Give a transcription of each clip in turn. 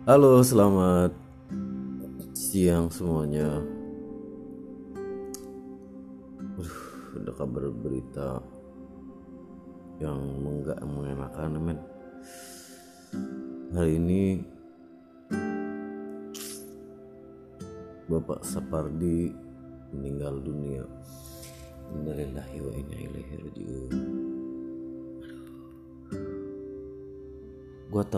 Halo, selamat siang semuanya. Ada kabar berita yang enggak mengenakan, men. Hari ini Bapak Sapardi meninggal dunia. Innalillahi wa inna ilaihi raji'un. Gue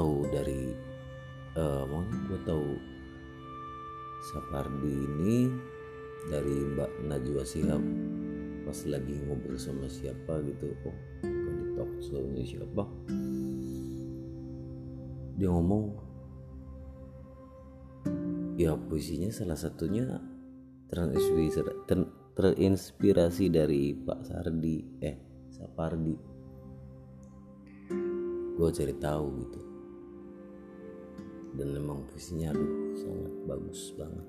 tahu Sapardi ini dari Mbak Najwa Shihab pas lagi ngobrol sama siapa gitu, bukan di talk show-nya siapa, dia ngomong ya puisinya salah satunya terinspirasi dari Pak Sapardi. Gue cari tahu gitu, dan memang puisinya sangat bagus banget.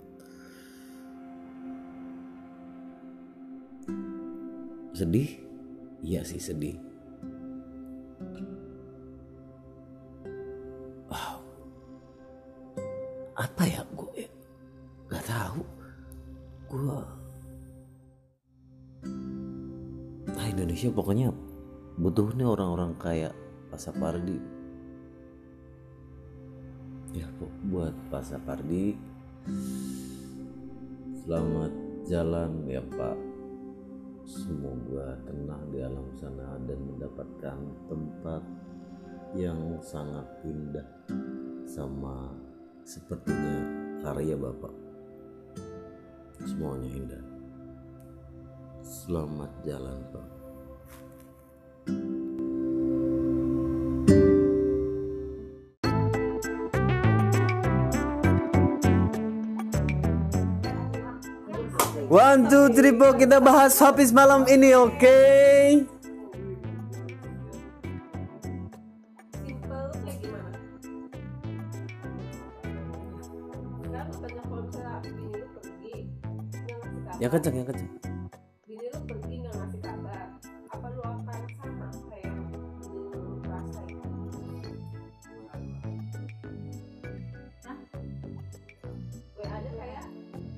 Sedih? Iya sih sedih. Wow. Apa ya, gue gak tahu. Indonesia pokoknya butuh nih orang-orang kayak Pak Sapardi. Ya buat Pak Sapardi, selamat jalan ya Pak. Semoga tenang di alam sana dan mendapatkan tempat yang sangat indah, sama sepertinya karya Bapak. Semuanya indah. Selamat jalan Pak. One, two, three, four, kita bahas Hafiz malam ini, oke? Simple kayak gimana? Sekarang katanya kalau misalnya bini lu pergi nggak ngasih kabar, Yang kenceng. bini lu pergi nggak ngasih kabar, apa lu akan sama kayak bini lu rasain? Hah? WA nya kayak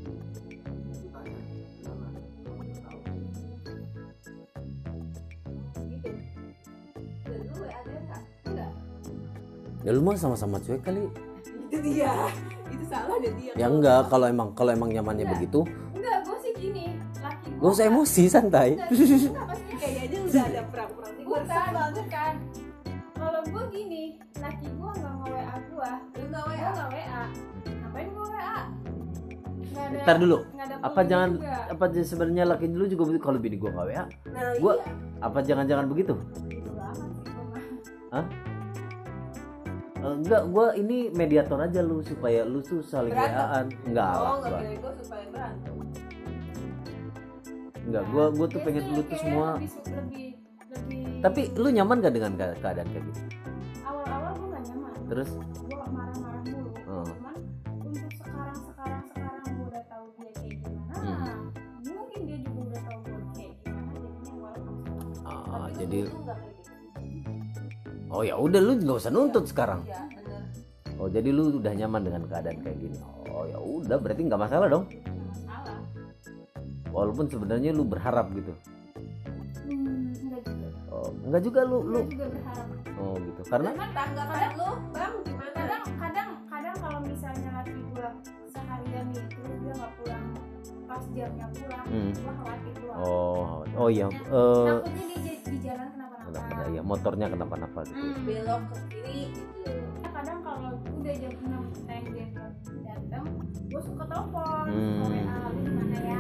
gitu. Dan lu WA nya nggak? Enggak. Ya lu mah sama-sama cuek kali. Itu dia. Itu salah deh dia. Ya enggak, kalau emang nyamannya Enggak. begitu, Enggak, gue sih gini, laki gue gak usah emosi, santai. enggak, pasti kayaknya udah ada perang-perang nih. Bukan. Kalau gue gini, laki gue nggak nge-WA gue, lu nggak WA. Ngapain gue WA? Nggak ada. Ntar dulu. Nggak ada Apa perlunya jangan juga. apa sebenarnya laki dulu juga begitu, kalau bini gua enggak WA. Nah, Gua iya. apa jangan-jangan begitu? Gitu banget sih gue mah. Hah? Enggak, gua ini mediator aja lu supaya lu tuh saling Berantem? WA-an. Enggak lah. Oh, nggak bego supaya berantem. Enggak, gua tuh Dia pengen sih lu tuh kayak semua. lebih. Tapi lu nyaman gak dengan keadaan kayak gitu? Awal-awal gue nggak nyaman. Terus Gue marah-marah mulu. Oh. Cuman untuk sekarang gue udah tahu dia kayak gimana. Mungkin dia juga udah tahu gue kayak gimana, jadinya welcome. Tapi jadi dulu tuh nggak kayak gitu. oh ya udah, lu nggak usah nuntut sekarang. Iya, bener. Oh jadi lu udah nyaman dengan keadaan kayak gini. Oh ya udah, berarti nggak masalah dong. Nggak masalah. Walaupun sebenarnya lu berharap gitu. Enggak juga. Oh enggak juga lu. Gue juga berharap. Oh gitu. Karena Cuman tanggapan lu, bang, gimana? Kadang kalau misalnya laki gue seharian nih, terus dia nggak pulang pas jamnya pulang, gue khawatir doang. oh iya. Takutnya di jalan kenapa-napa. Kenapa ya, motornya kenapa-napa gitu. Belok ke kiri gitu. Kadang kalau udah jam 6 dia belum datang, gue suka telepon, WA, lu gimana ya?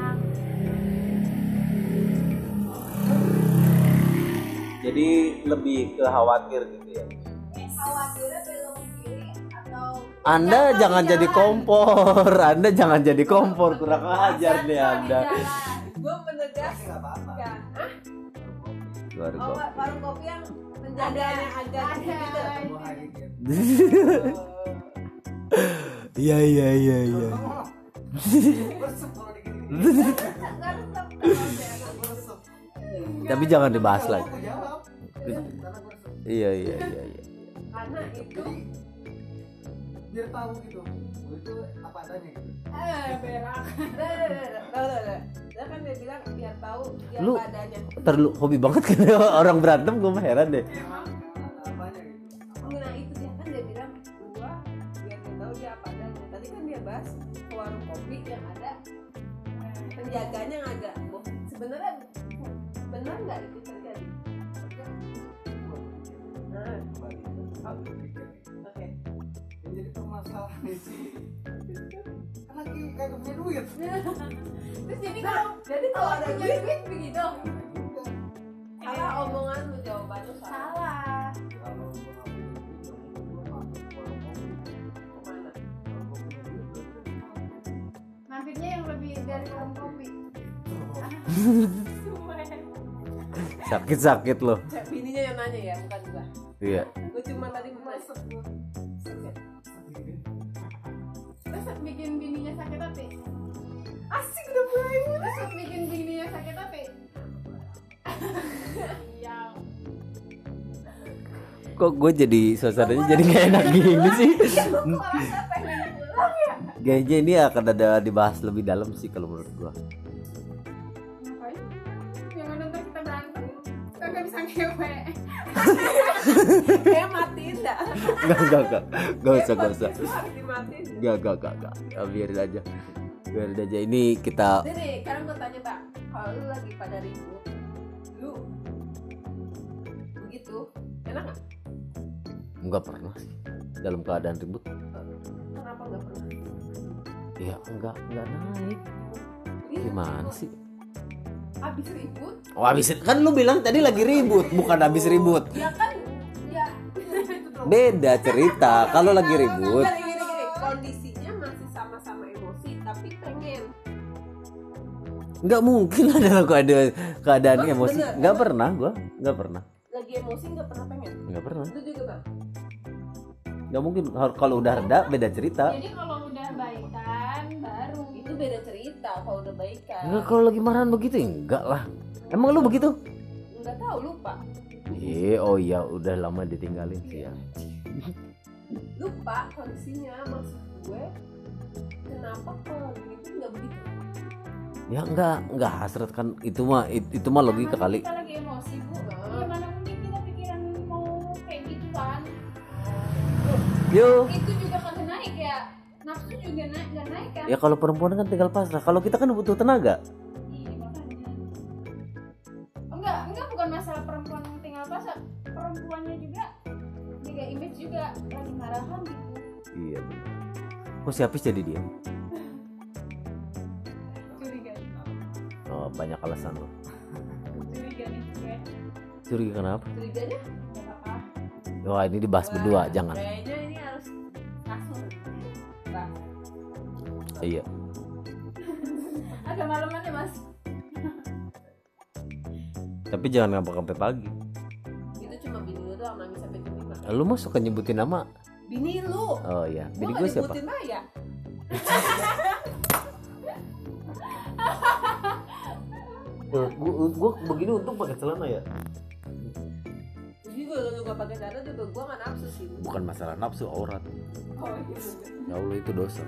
Jadi lebih ke khawatir gitu ya. Khawatirnya belok ke kiri atau Anda jangan jadi kompor. Anda jangan jadi kompor, kurang ajar nih Anda. Gue menegaskan. Warung kopi yang penjagaannya ada gitu. Iya. Tapi jangan dibahas lagi. Iya. Karena itu biar tahu gitu gue itu apa adanya gitu. Berak. Dia kan dia bilang biar tahu dia Lu apa adanya. terlalu hobi banget kan orang berantem, gue mah heran deh. Apanya gitu. Nah itu dia kan dia bilang gua biar dia tahu dia apa adanya. Tadi kan dia bahas ke warung kopi yang ada penjaganya yang agak sebenarnya benar nggak itu terjadi? Oke. Yang jadi permasalahannya sih kan lagi kayak punya duit. Terus jadi kalau ada duit begitu. Salah omongan lu, jawaban lu salah. Kalau gue nggak punya duit, gue masuk warung kopi. Kemana? Kalau gue punya duit, Mampirnya yang lebih dari warung kopi. Sakit loh. Bininya yang nanya ya, bukan gua. Iya. Gua cuma tadi masuk. Terus bikin bininya sakit hati. Asik udah mulai. Terus bikin bininya sakit hati. Iya. Kok gue jadi suasananya jadi gak enak gini sih? Gua rasa pengen pulang ya. Kayaknya ini akan ada dibahas lebih dalam sih kalau menurut gue. Ngapain? Yang nonton kita berantem kagak bisa ngewe. Kayak matiin dah. Gak usah. Harus dimatiin. Gak. Biarin aja. Ini kita. Jadi nih, sekarang gue tanya Pak, kalau lu lagi pada ribut, lu begitu, enak nggak? Nggak pernah sih dalam keadaan ribut. Kenapa nggak pernah? Ya nggak naik. Iya, Gimana sih? Abis ribut? Oh abis kan lu bilang tadi lagi ribut, bukan abis ribut. Ya kan, ya itu dong. Beda cerita. Kalau lagi ribut. Gini, kondisinya masih sama-sama emosi, tapi pengen. Nggak mungkin lah dalam keadaan Oh, emosi. bener. Nggak pernah gue, nggak pernah. Lagi emosi nggak pernah pengen. Nggak pernah. Itu juga Bang. Nggak mungkin. Kalau udah reda beda cerita. Jadi kalau udah baikan baru Itu beda cerita kalau udah baikan. Nggak kalau lagi marahan begitu ya enggak lah. Emang lu begitu? Nggak tahu, lupa. Oh iya udah lama ditinggalin sih ya. Lupa kondisinya, maksud gue kenapa kalau begitu nggak begitu. Ya enggak hasrat kan itu mah logika Namanya kali. kita lagi emosi bu, gimana mungkin kita pikiran mau kayak gitu kan? Yo. Itu juga kagak naik ya, nafsu juga nggak naik kan? Ya kalau perempuan kan tinggal pasrah. Kalau kita kan butuh tenaga. Iya makanya. Enggak bukan masalah perempuan yang tinggal pasar, perempuannya juga jaga image juga lagi marahan gitu. Iya benar. Kok si Apis jadi diam? Curiga, Oh banyak alasan loh. curiga nih juga. Curiga kenapa? Curiganya? Gak apa-apa. Wah ini dibahas berdua jangan. Kayaknya ini harus langsung bahas. Iya. Agak malaman ya mas. Tapi jangan ngambek sampai pagi. Itu cuma bini lu doang nangis sampai jam 5. Lu mah suka nyebutin nama? Bini lu. Oh iya. Bini Gua gue nggak siapa? nyebutin Maya. Gue begini untung pakai celana ya. Jadi kalau lu gak pakai celana juga gua nggak nafsu sih. Bukan masalah nafsu, aurat. Oh iya. Ya Allah itu dosa.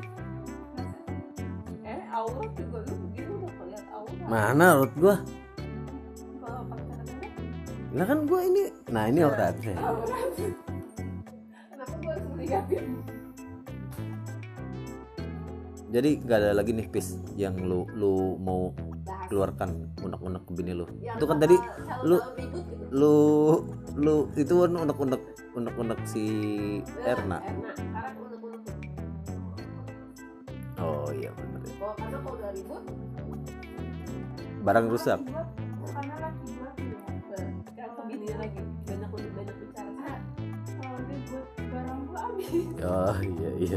Aurat juga lu begini udah kelihatan aurat. Mana aurat gue? Kalau pakai celana Nah kan gue ini. Nah ini aurat. aurat. Kenapa gua harus melihatin? Jadi nggak ada lagi nih Pis yang lu mau Bahas. keluarkan unek-unek ke bini lu. Yang Itu kan bakal tadi calon-calon ribut gitu. lu itu kan unek-unek si Erna. Sekarang unek-unek. Oh iya benar ya. Karena kalau udah ribut, Barang rusak. Karena laki gua ya. nah, sekarang ke bininya lagi lebih banyak bicara. Kalau dia buat barang gua habis, Oh iya.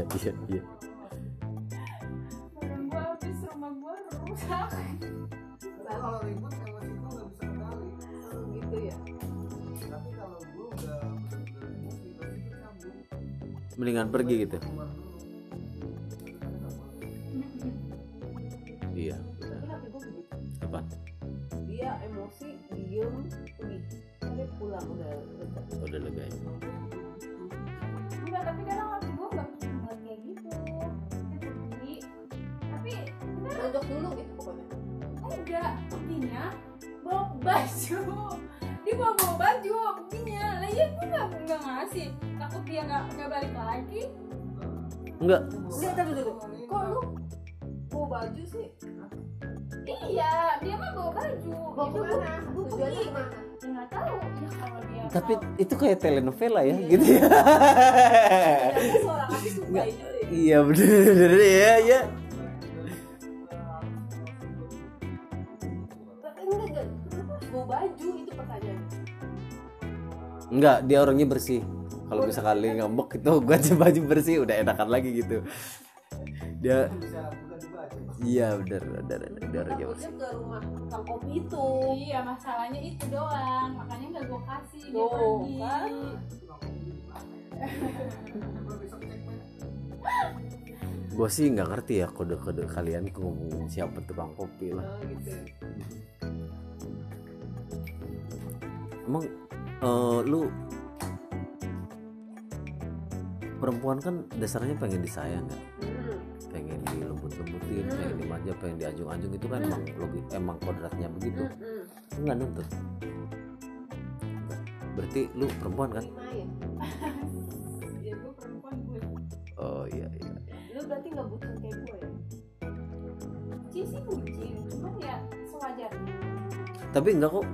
barang gua habis, rumah gua rusak. Kalau ribut emosi gue nggak bisa kendali. Gitu ya. Tapi kalau gue udah bener-bener emosi pasti gue cabut. Mendingan pergi gitu. Keluar dulu. Iya. Tapi laki gue begitu. Apa? Dia emosi, diem, pergi. Dia pulang udah. Udah lega ya. Enggak, tapi kadang laki gua nggak kayak beda, perginya bawa baju. Dia bawa baju perginya. Lah ya gue nggak ngasih, takut dia nggak balik lagi. Enggak. Tapi dulu. Kok lu bawa baju sih? Iya, dia mah bawa baju. Bawa Itu kemana? gue Tujuannya pergi. kemana? Ya nggak tahu. Ya kalau dia. Tapi itu kayak telenovela ya gitu ya. Ternyata seorang artis suka itu ya. Iya bener ya ya. Enggak. Kenapa harus bawa baju itu pertanyaannya? Enggak, dia orangnya bersih. Kalau bisa kali ngambek itu gua aja baju bersih udah enakan lagi gitu. Dia bisa bukan juga aja. iya bener dia orangnya Takutnya bersih. ke rumah tukang kopi itu. Iya, masalahnya itu doang. Makanya nggak gue kasih dia Tuh, pergi. kan? Gue sih nggak ngerti ya kode-kode kalian ngomongin siapa tukang kopi lah. Oh gitu. Emang lu perempuan kan dasarnya pengen disayang ya, pengen dilembut-lembutin, pengen dimanja, pengen dianjung-anjung, itu kan emang kodratnya begitu. Lu nggak nuntut. Enggak. Berarti lu perempuan kan? Lima ya. Ya gue perempuan gue. Oh iya. Lu berarti nggak butuh kayak gue ya? Bucin sih bucin, cuman ya sewajarnya. Tapi enggak kok,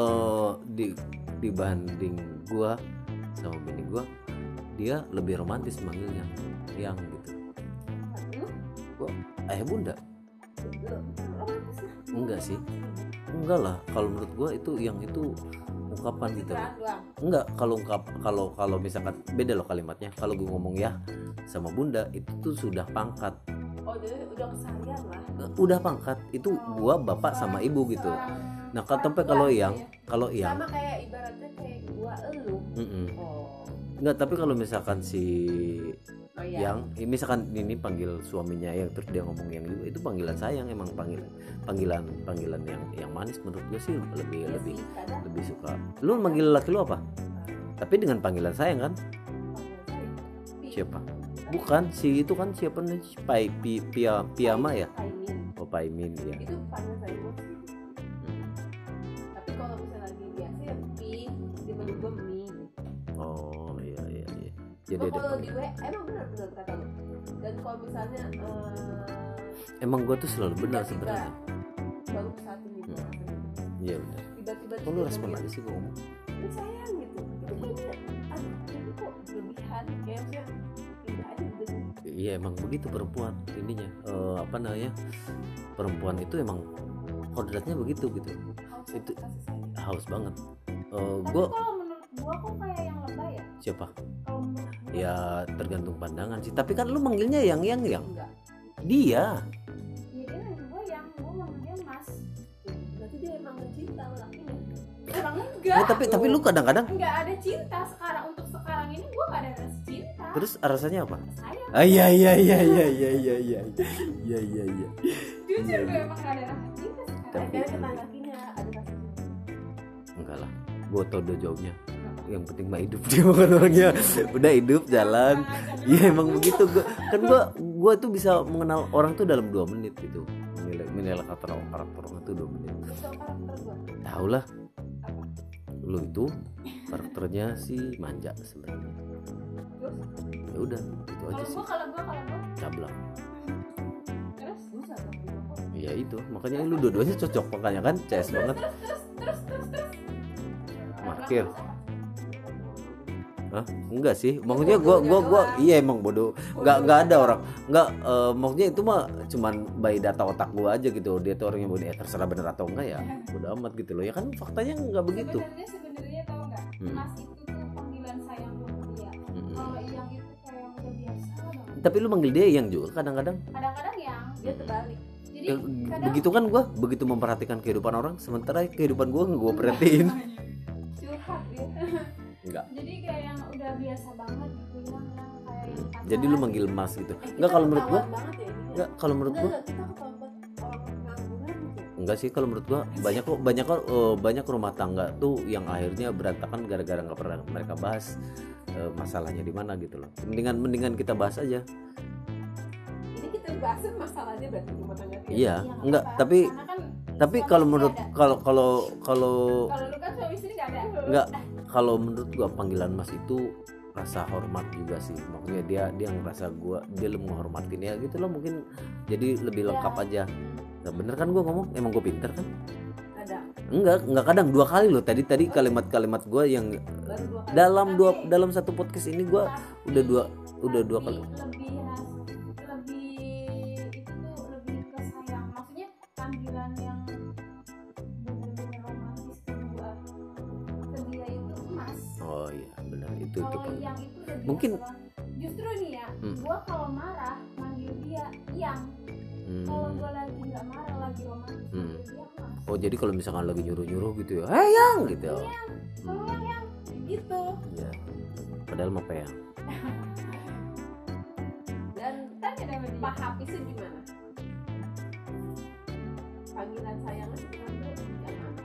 dibanding gua sama bini gua, dia lebih romantis manggilnya yang gitu. Lu? Gua ayah bunda. Romantis lah. Enggak sih, enggak lah. Kalau menurut gua itu yang itu ungkapan gitu. Citraan doang. Enggak, kalau misalkan beda loh kalimatnya. Kalau gue ngomong ya sama bunda itu tuh sudah pangkat. Oh jadi udah keseharian lah. Udah pangkat itu gua bapak sama ibu gitu. Nah, sampai kalau yang Sama kayak ibaratnya kayak gua elu. Oh. enggak, tapi kalau misalkan si Oh iya. yang misalkan ini panggil suaminya yang terus dia ngomong yang juga, itu panggilan sayang, emang panggilan yang manis. Menurut gue sih lebih Iya sih, kadang lebih suka. Lu manggil laki lu apa? Tapi dengan panggilan sayang kan? Siapa? Bukan si itu kan, siapa nih? Piyama ya? Paimin. Oh, Paimin ya. Itu panggilan saya bos gitu. Tapi kalau misalnya lagi biasa ya pi, dia manggil gua mi. Oh iya. Jadi Cuma ada kalau di WA emang benar kata lu. Dan kalau misalnya emang gue tuh selalu benar tiba-tiba sebenarnya. baru saat ini gua ngerasain. Iya benar. Tiba-tiba Kok lu respon aja sih gue ngomong? ini sayang gitu. Itu kayaknya aduh ini kok berlebihan kayak maksudnya pindah aja gitu. Iya emang begitu perempuan ininya. Apa namanya? Perempuan itu emang kodratnya begitu gitu. Haus Itu kasih sayang. haus banget. Tapi Gue kalau menurut gua kok kayak yang lebay ya. siapa? Kalau menurut gua, Ya tergantung pandangan sih. Tapi kan lu manggilnya yang Enggak. dia. ya dia manggil gua yang, gua manggil dia mas. Berarti dia emang mencinta lakinya. Emang Nah, enggak. tapi lu kadang-kadang Enggak ada cinta sekarang, untuk sekarang ini gua enggak ada rasa cinta. terus rasanya apa? Sayang. Ah iya. Jujur gue emang gak ada rasa cinta sekarang. Tapi- Akhirnya kena kakinya ada rasa cinta. Enggak lah. Gue tau udah jawabnya. Yang penting mah hidup, dia bukan orangnya. Udah hidup jalan. Iya emang begitu. Gue tuh bisa mengenal orang tuh dalam 2 menit gitu. Menilai karakter orang tuh 2 menit. Terus kalau karakter gua Tahu lah. Lu itu karakternya si manja sebenarnya. Ya udah, itu aja sih. Kalau gua Cablak. terus susah sama gua kok. Ya itu, makanya lu dua-duanya cocok makanya kan CS banget. Markir. Hah? Enggak sih, maksudnya gua iya emang bodoh. Enggak ada orang. Enggak, maksudnya itu mah cuman by data otak gua aja gitu. Dia tuh orangnya bodoh, ya terserah bener atau enggak ya. Bodoh amat gitu loh. Ya kan faktanya enggak begitu. sebenarnya tau nggak, mas itu tuh panggilan sayang buat dia. Kalau yang itu kayak yang udah biasa banget. Tapi lu manggil dia yang juga kadang-kadang. Kadang-kadang yang Dia terbalik. jadi kadang Begitu kan gua begitu memperhatikan kehidupan orang, sementara kehidupan gua nggak gua perhatiin. curhat dia. Enggak. Jadi kayak yang udah biasa banget gitu, yang kayak yang pacaran. Jadi lu manggil mas gitu. Kita Enggak, kalau menurut gua ketahuan banget ya ini. enggak, kalau menurut gua Enggak, kita ketahuan orang pengangguran gitu. enggak sih, kalau menurut gua banyak rumah tangga tuh yang akhirnya berantakan gara-gara nggak pernah mereka bahas masalahnya di mana gitu loh. Mendingan kita bahas aja. Ini kita bahasin masalahnya berarti rumah tangga dia. Iya, nggak enggak, apa-apa. tapi karena kan Tapi Suami kalau istri menurut ada. kalau Kalau lu kan suami istri nggak ada. enggak, kalau menurut gua panggilan Mas itu rasa hormat juga sih. Maksudnya dia ngerasa dia lebih menghormatin ya gitu loh, mungkin jadi lebih lengkap aja. Nah, bener kan gua ngomong, emang gua pinter kan? Ada. Enggak kadang 2 kali loh. Tadi kalimat-kalimat gua yang Baru 2 kali. dalam satu podcast ini gua udah dua kali. Lebih itu tuh lebih ke sayang. Maksudnya panggilan yang bener-bener romantis ke dia itu Mas. Oh iya benar itu Kalau kan. yang itu udah Mungkin biasa banget. Justru nih ya, Hmm. gua kalau marah manggil dia yang. Kalau gua lagi nggak marah, lagi romantis manggil dia Mas. Oh jadi kalau misalkan lagi nyuruh gitu ya, hey yang gitu ya. Tolong yang gitu. Ya. Padahal mau peyang. Dan Tanya sama dia. Pak Hafiz itu gimana? Panggilan sayangnya gimana tuh? Yang mana?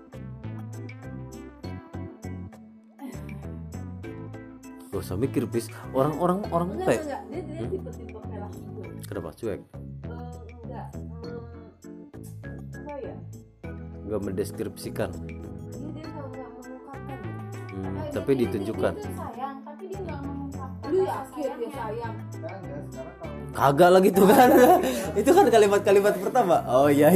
Gak usah mikir pis. Orang kayak Enggak. Dia tipe-tipe kayak laki gue. kenapa cuek? Enggak. Apa ya? Gak mendeskripsikan. Dia nggak mengungkapkan. Tapi ditunjukkan. Dia tuh sayang, tapi dia nggak mengungkapkan. Lu rasa yakin dia sayangnya. sayang? Enggak, sekarang kalau Kagak lah gitu kan. Itu kan kalimat-kalimat pertama. Oh iya.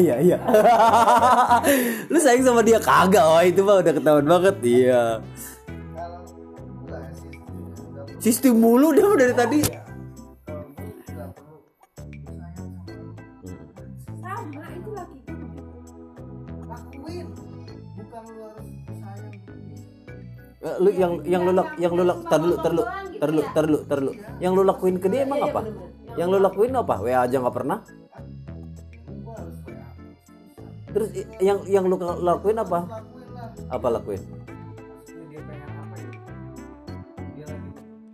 Lu sayang sama dia kagak? Oh itu mah udah ketahuan banget. Iya. kalau enggak sih udah Sistem mulu dia mah dari tadi. ya. Kalau gue nggak perlu sayang sama lu. Sama itu laki gue begitu. Lakuin, bukan lu harus sayang. Lu yang lu tar dulu. Yang lu lakuin ke dia emang Iya, apa? bener-bener. Yang lu lakuin apa? WA aja nggak pernah. Gue harus WA. Terus yang lu lakuin apa? Lakuin lah. Apa lakuin? Maksudnya dia pengen apa ya? Dia lagi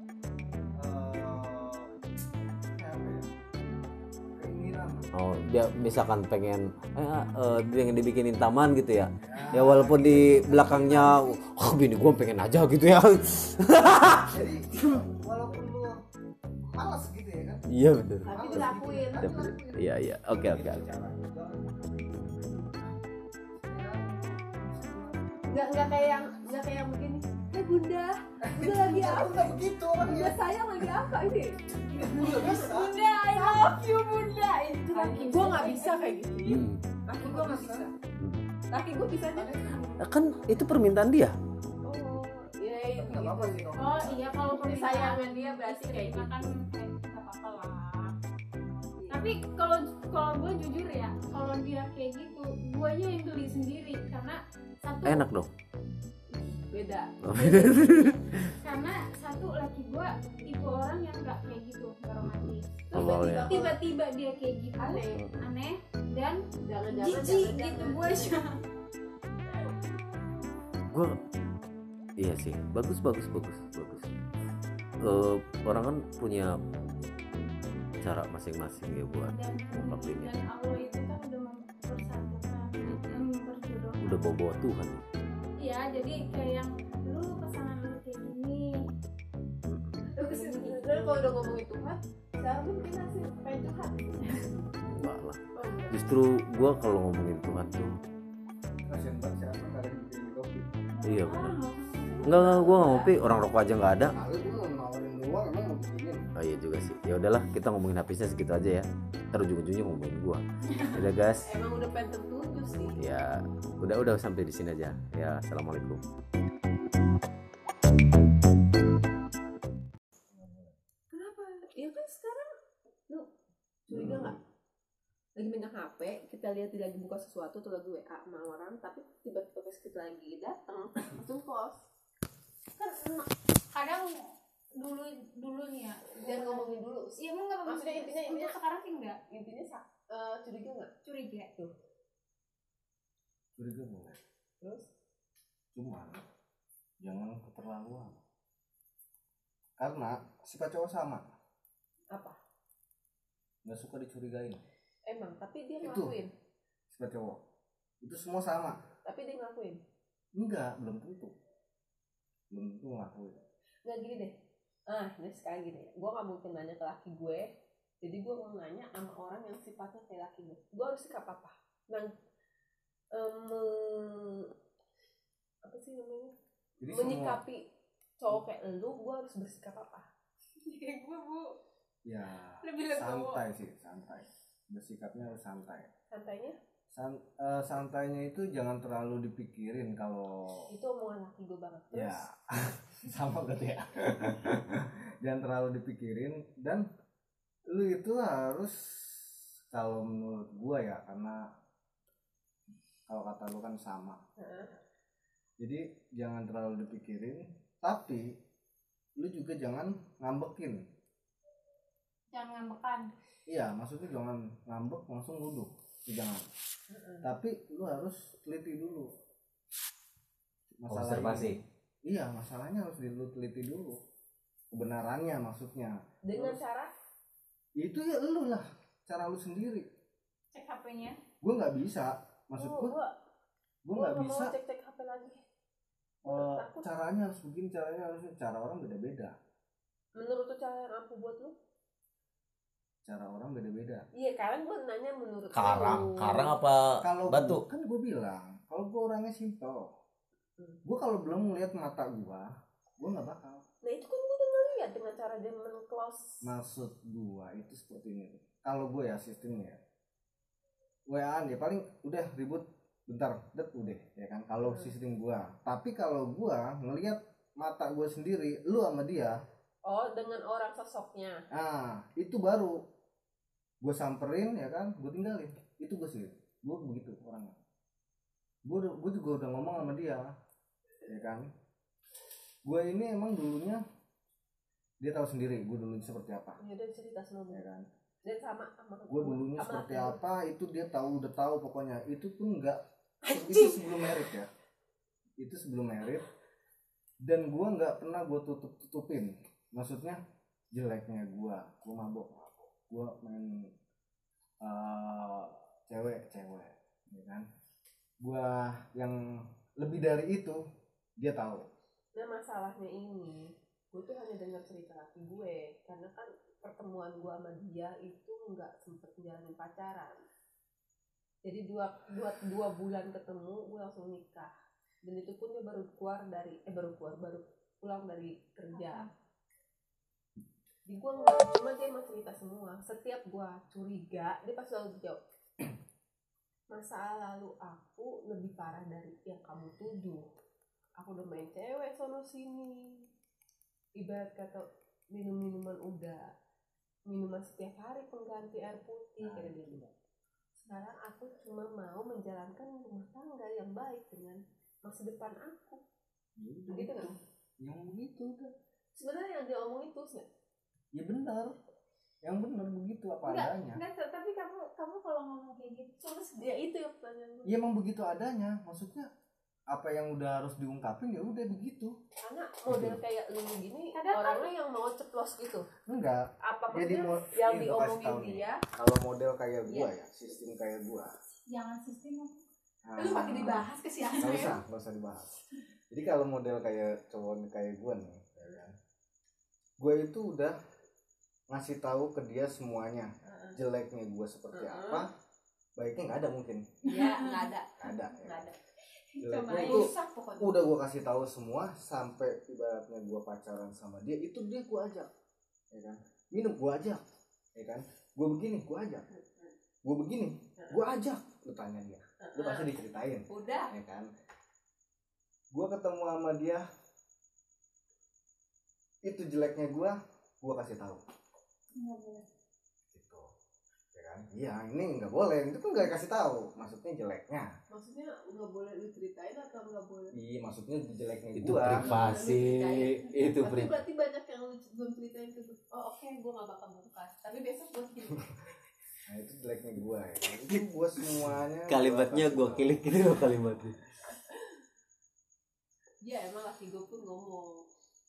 kayak apa ya? Keinginan. Oh, dia misalkan pengen dibikinin taman gitu ya. Ya walaupun di belakangnya bini gua pengen aja gitu ya. Jadi walaupun lu malas gitu ya kan? Iya betul. Tapi dilakuin. Iya. Oke. Nggak kayak yang begini. Bunda lagi apa? Enggak begitu Bunda orangnya. sayang lagi apa ini? Udah bisa. Bunda, I love you Bunda. Itu Laki gue nggak bisa kayak gitu. Hmm. Laki gue nggak bisa. Laki gue bisa aja. Kan itu permintaan dia. Oh, iya. Enggak apa-apa sih. Om. Oh iya, kalau Sayangan dia berarti kayak gitu gitu. kan nggak apa-apa lah. Tapi kalau gue jujur ya, kalau dia kayak gitu, guanya yang beli sendiri karena satu Enak dong. Beda. karena satu laki gue tipe orang yang nggak kayak gitu, nggak romantis. Oh, Terus ya. tiba-tiba dia kayak gitu, aneh dan jijik gitu gue aja. Gua iya sih, bagus. Orang kan punya cara masing-masing ya buat ngungkapinnya. Dan Allah itu kan udah mempersatukan dan memperjodohkan. Udah bawa Tuhan. Iya, jadi kayak yang lu pasangan lu kayak gini. Lalu kalau udah ngomongin Tuhan, sekarang lu bikin hasil kayak Tuhan. Enggak lah. Justru gua kalau ngomongin Tuhan tuh Kasian banget siapa kali bikin kopi. iya benar. Enggak, gua nggak ngopi, orang rokok aja nggak ada. Kali lu mau nawarin doang emang mau bikinin. Oh iya juga sih. Ya udahlah, kita ngomongin habisnya segitu aja ya. Ntar ujung-ujungnya ngomongin gua. Udah guys. Emang udah pengen tertuju sih. Ya, udah sampai di sini aja. Ya, assalamualaikum. Kenapa? Ya kan sekarang lu curiga nggak? Lagi megang HP, kita lihat dia lagi buka sesuatu tuh lagi WA sama orang, tapi tiba-tiba pas kita lagi datang langsung close. Kan kadang dulu nih ya. Jangan ngomongin dulu. Iya, emang nggak Maksudnya intinya untuk sekarang sih enggak intinya curiga nggak? curiga. Curiga boleh. Terus Cuman jangan keterlaluan. Karena sifat cowok sama, apa? nggak suka dicurigain. Emang, tapi dia Itu. ngelakuin. Sifat cowok itu semua sama. Tapi dia ngelakuin. Enggak, belum tentu ngelakuin. Nggak gini deh. Ini sekarang gini. Gue nggak mungkin nanya ke laki gue. Jadi gue mau nanya sama orang yang sifatnya kayak laki gue. Gue harus sikap apa? Nah, Jadi menyikapi cowok kayak lu, gue harus bersikap apa? Kayak gue bu. Ya Lebih legowo. santai sih, santai. Bersikapnya harus santai. Santainya? Santainya itu jangan terlalu dipikirin kalau Itu omongan laki gue banget. Terus? ya sama berarti ya. Jangan terlalu dipikirin, dan lu itu harus, kalau menurut gua ya, karena kalau kata lu kan sama. Jadi jangan terlalu dipikirin, tapi lu juga jangan ngambekin. Jangan ngambekan. Iya, maksudnya jangan ngambek langsung nuduh, jangan. Tapi lu harus teliti dulu masalah Observasi. ini. Iya, masalahnya harus lu teliti dulu kebenarannya, maksudnya. Dengan Terus, cara? itu ya lu lah, cara lu sendiri. Cek HP-nya. Gue nggak bisa, maksud gue nggak bisa. Mau cek HP lagi. Caranya harus begini, caranya harus, cara orang beda-beda. Menurut tuh cara yang ampuh buat lu? Cara orang beda-beda. Iya, karena gue nanya menurut Karang lu. apa Kalau batu? kan gue bilang, kalau gue orangnya simple. Gue kalau belum ngeliat mata gue nggak bakal. Nah itu kan gue udah ngeliat dengan cara dia men-close. Maksud gue itu seperti ini. Kalau gue ya sistemnya, WA-an ya paling udah ribut bentar, udah ya kan. Kalau sistem gue. Tapi kalau gue ngeliat mata gue sendiri, lu sama dia. Oh, dengan orang sosoknya. Nah, itu baru gue samperin ya kan, gue tinggalin. Itu gue sih, gue begitu orangnya. Gue juga udah ngomong sama dia, ya kan. Gue ini emang dulunya, dia tahu sendiri gue dulu seperti apa. Ya udah cerita sama Ya kan. Dan sama Gue dulunya seperti apa, itu dia udah tahu pokoknya. Itu pun enggak, Anjing. itu sebelum merit ya. Itu sebelum merit. Dan gue nggak pernah gue tutupin. Maksudnya jeleknya gue mabok, gue main cewek, ya kan. Gue yang lebih dari itu dia tahu. Nah masalahnya ini, gue tuh hanya dengar cerita laki gue, karena kan pertemuan gue sama dia itu nggak sempet jalanin pacaran. Jadi dua bulan ketemu, gue langsung nikah. Dan itu pun dia baru pulang dari kerja. Di gue nggak, cuma dia emang cerita semua. Setiap gue curiga, dia pasti selalu jawab, masa lalu aku lebih parah dari yang kamu tuduh. Aku udah main cewek sono sini, ibarat kata minuman setiap hari pengganti air putih, kata dia gitu. Sekarang aku cuma mau menjalankan rumah tangga yang baik dengan masa depan aku. Begitu kan? Yang begitu udah. Sebenarnya yang dia omong itu sih. Ya benar, yang benar begitu apa adanya. Enggak, tapi kamu kalau ngomong kayak gitu terus Dia itu yang pertanyaan gue. Ya emang begitu adanya, maksudnya apa yang udah harus diungkapin ya udah begitu. Karena model kayak lu gini, Kadang orangnya yang mau ceplos gitu. Enggak. Apa Jadi maksudnya yang nih gua kasih diomongin tahu nih. dia? Kalau model kayak gua ya, sistem kayak gua. jangan sistem. Nah, Lu pakai dibahas ke siapa ya? Nggak usah dibahas. Jadi kalau model kayak cowok kayak gua nih, ya kan. Gua itu udah ngasih tahu ke dia semuanya. Jeleknya gua seperti apa, baiknya nggak ada mungkin. Iya, nggak ada. Nggak ada. Ya. Nggak ada. Jeleknya itu udah gue kasih tahu semua, sampai ibaratnya gue pacaran sama dia itu dia gue ajak, ya kan, minum gue ajak, ya kan, gue begini gue ajak, gue begini gue ajak, lu tanya dia, lu pasti diceritain, Udah. ya kan. Gue ketemu sama dia, itu jeleknya gue kasih tahu, Nggak boleh. gitu, ya kan. Iya ini nggak boleh, itu kan nggak kasih tahu, maksudnya jeleknya. Maksudnya nggak boleh lu ceritain atau nggak boleh? Iya, maksudnya jeleknya Itu gua. privasi, itu Tapi privasi. berarti banyak yang lu belum ceritain ke gue. Oh oke, gue nggak bakal buka. Tapi besok gue kirim. Nah itu jeleknya gua ya. Itu gua semuanya. Kalimatnya gue kilik gitu loh kalimatnya. Ya emang laki gue pun ngomong,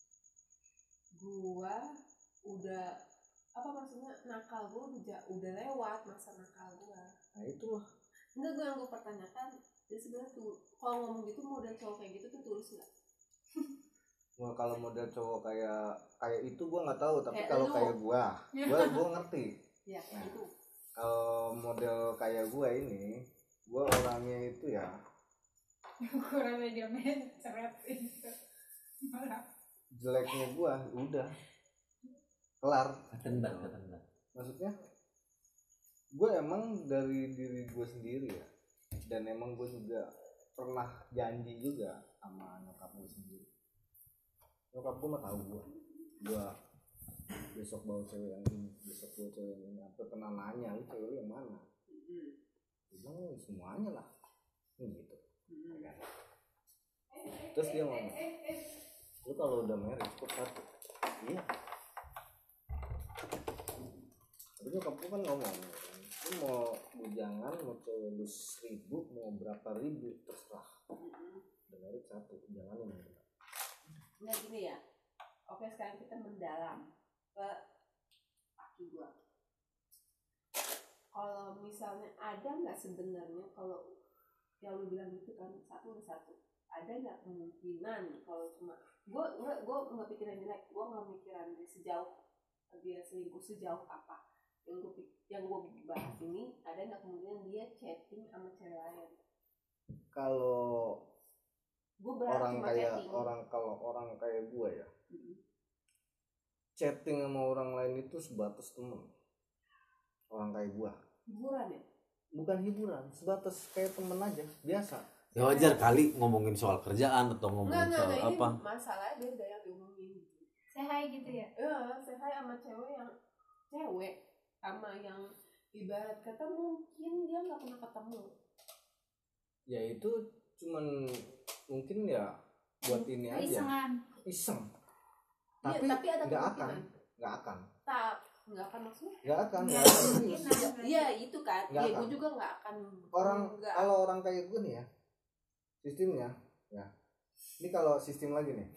gue udah apa maksudnya nakal gue udah lewat masa nakal gue. Nah itu lah. Enggak, gue yang gue pertanyakan, dia sebenarnya tuh kalau ngomong gitu model cowok kayak gitu tuh tulus nggak? Gua kalau model cowok kayak itu gua nggak tahu, tapi Kayak kalau lu. kayak gua ngerti. Ya kayak Nah. itu. Kalau model kayak gua ini, gua orangnya itu ya Kurang media ceret itu. jeleknya gue udah kelar. Ketendak. Maksudnya gue emang dari diri gue sendiri ya, dan emang gue juga pernah janji juga sama nyokap gue sendiri. Nyokap gue mah tahu gue besok bawa cewek yang ini, besok bawa cewek yang ini. Sampai pernah nanya, lu cewek lu yang mana? Gue bilang semuanya lah, gitu. Terus dia ngomong, lu kalau udah married cukup satu. Iya. Tapi nyokap gue kan ngomong, lu mau bujangan, mau cewek lu 1000, mau berapa ribu, terserah. Udah married satu, jangan lu married. Nah gini ya, oke sekarang kita mendalam ke laki gua. Kalau misalnya ada nggak sebenarnya, kalau yang lu bilang gitu kan satu, ada nggak kemungkinan kalau cuma gua nggak pikiran jelek, gua nggak mikiran dia sejauh dia selingkuh sejauh apa, yang gua bahas ini, ada nggak kemungkinan dia chatting sama cewek lain? Kalau orang kayak gue ya, chatting sama orang lain itu sebatas temen. Orang kayak gue hiburan ya? Bukan hiburan, sebatas kayak temen aja, biasa. Ya wajar kali ngomongin soal kerjaan atau ngomongin soal ini apa. masalah beda yang diomongin. Sehai gitu ya? Sehai sama cewek sama yang ibarat kata mungkin dia nggak pernah ketemu. Ya itu cuman mungkin ya buat ini aja, iseng. Tapi ada nggak akan maksudnya? Nggak akan. Iya itu kan. Iya gue juga nggak akan. Kalau orang kayak gue nih ya, sistemnya ya. Ini kalau sistem lagi nih.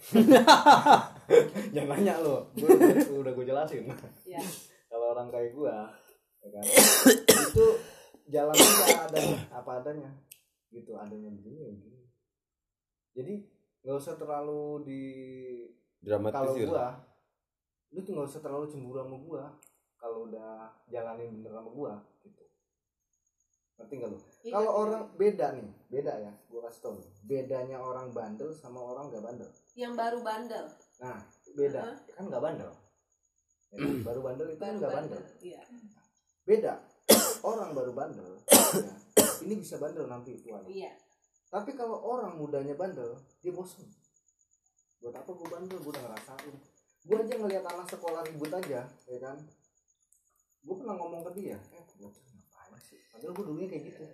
Jangan nanya lo, udah gue jelasin. Ya. Kalau orang kayak gue, ya kan, itu jalannya ada apa adanya, gitu, adanya begini. Jadi nggak usah terlalu kalau gue, lu tuh nggak usah terlalu cemburu sama gue kalau udah jalanin bener sama gue, gitu. Ngerti nggak lu? Kalau orang beda ya, gue kasih tau nih, bedanya orang bandel sama orang nggak bandel. Yang baru bandel. Nah beda, kan nggak bandel. Ya, baru bandel itu kan nggak bandel. Iya. Beda, orang baru bandel, ya, ini bisa bandel nanti tuan. Iya. Tapi kalau orang mudanya bandel, dia bosan. Buat apa gue bandel? Gue udah ngerasain. Gue aja ngelihat anak sekolah ribut aja, ya kan. Gue pernah ngomong ke dia, bocah ngapain sih? Padahal gue dulunya kayak gitu.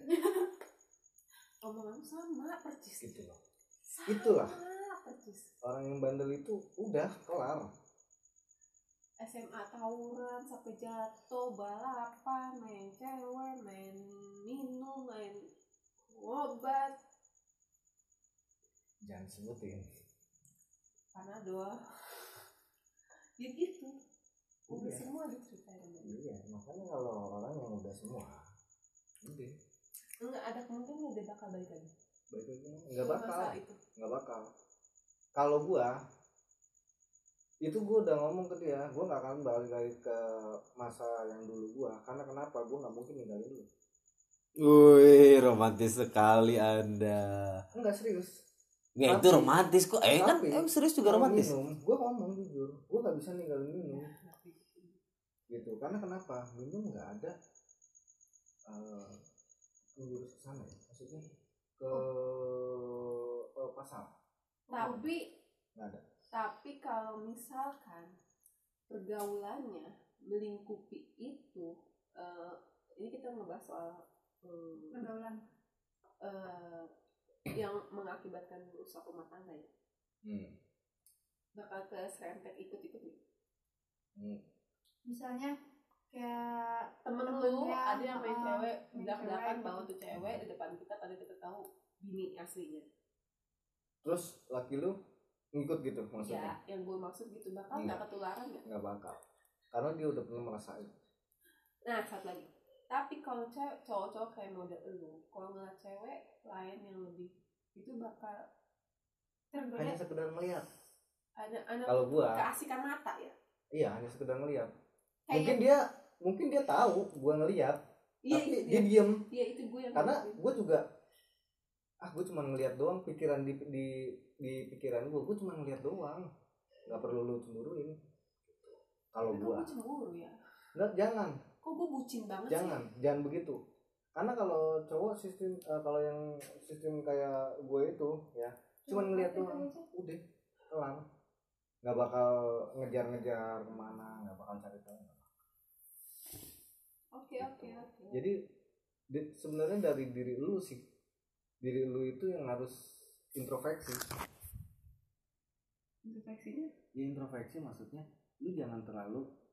Omongan sama persis Gitu loh. Itulah. Persis. Orang yang bandel itu udah kelar. SMA tawuran sampai jatuh, balapan, main cewek, main minum, main obat. Jangan sebutin. Panadol. Ya gitu. Udah Iya. semua diceritain. Iya, makanya kalau orang yang udah semua, udah. Enggak ada kemungkinan dia bakal balik lagi. Balik lagi nggak bakal. Kalau gua itu gue udah ngomong ke dia, gue nggak akan balik lagi ke masa yang dulu gue, karena kenapa? Gue nggak mungkin ninggalin lu. Wih, romantis sekali Anda. Enggak, serius. Nggak, itu romantis kok. Kan serius juga romantis. Gue ngomong jujur, gue nggak bisa ninggalin minum. Gitu, karena kenapa? Minum nggak ada menjurus ke sana ya, maksudnya ke pasar. Tapi nggak ada. Tapi kalau misalkan pergaulannya melingkupi itu, ini kita ngebahas soal pergaulan yang mengakibatkan rusak rumah tangga ya. Bakal keserempet ikut-ikut nih. Misalnya kayak temen lu ada yang main cewek, belak-belakan bawa tuh cewek di depan kita, pada kita tahu bini aslinya. Terus laki lu ngikut gitu maksudnya? Ya, yang gue maksud gitu, bakal nggak ketularan nggak? Nggak bakal, karena dia udah pernah merasain. Nah, satu lagi. Tapi kalau cowok-cowok kayak model lu, kalau ngeliat cewek lain yang lebih, itu bakal tergoda. Hanya sekedar melihat. Ada Kalau gua, keasikan mata ya. iya, hanya sekedar ngelihat. Kayak Mungkin dia tahu gua ngelihat, iya, tapi itu dia diem. Iya, itu gue yang Karena ngeliatin. gua juga gue cuma ngeliat doang pikiran di pikiran gue cuma ngeliat doang, nggak perlu lu cemburuin. Kalau gue cemburu ya nggak, jangan, kok gue bucin banget jangan begitu. Karena kalau cowok sistem kalau yang sistem kayak gue itu ya cuma ngeliat doang udah kelar, nggak bakal ngejar-ngejar kemana, nggak bakal cari tahu. Oke. Jadi sebenarnya dari diri lu sih, diri lu itu yang harus introspeksi. Introspeksinya Ya introspeksi maksudnya lu jangan terlalu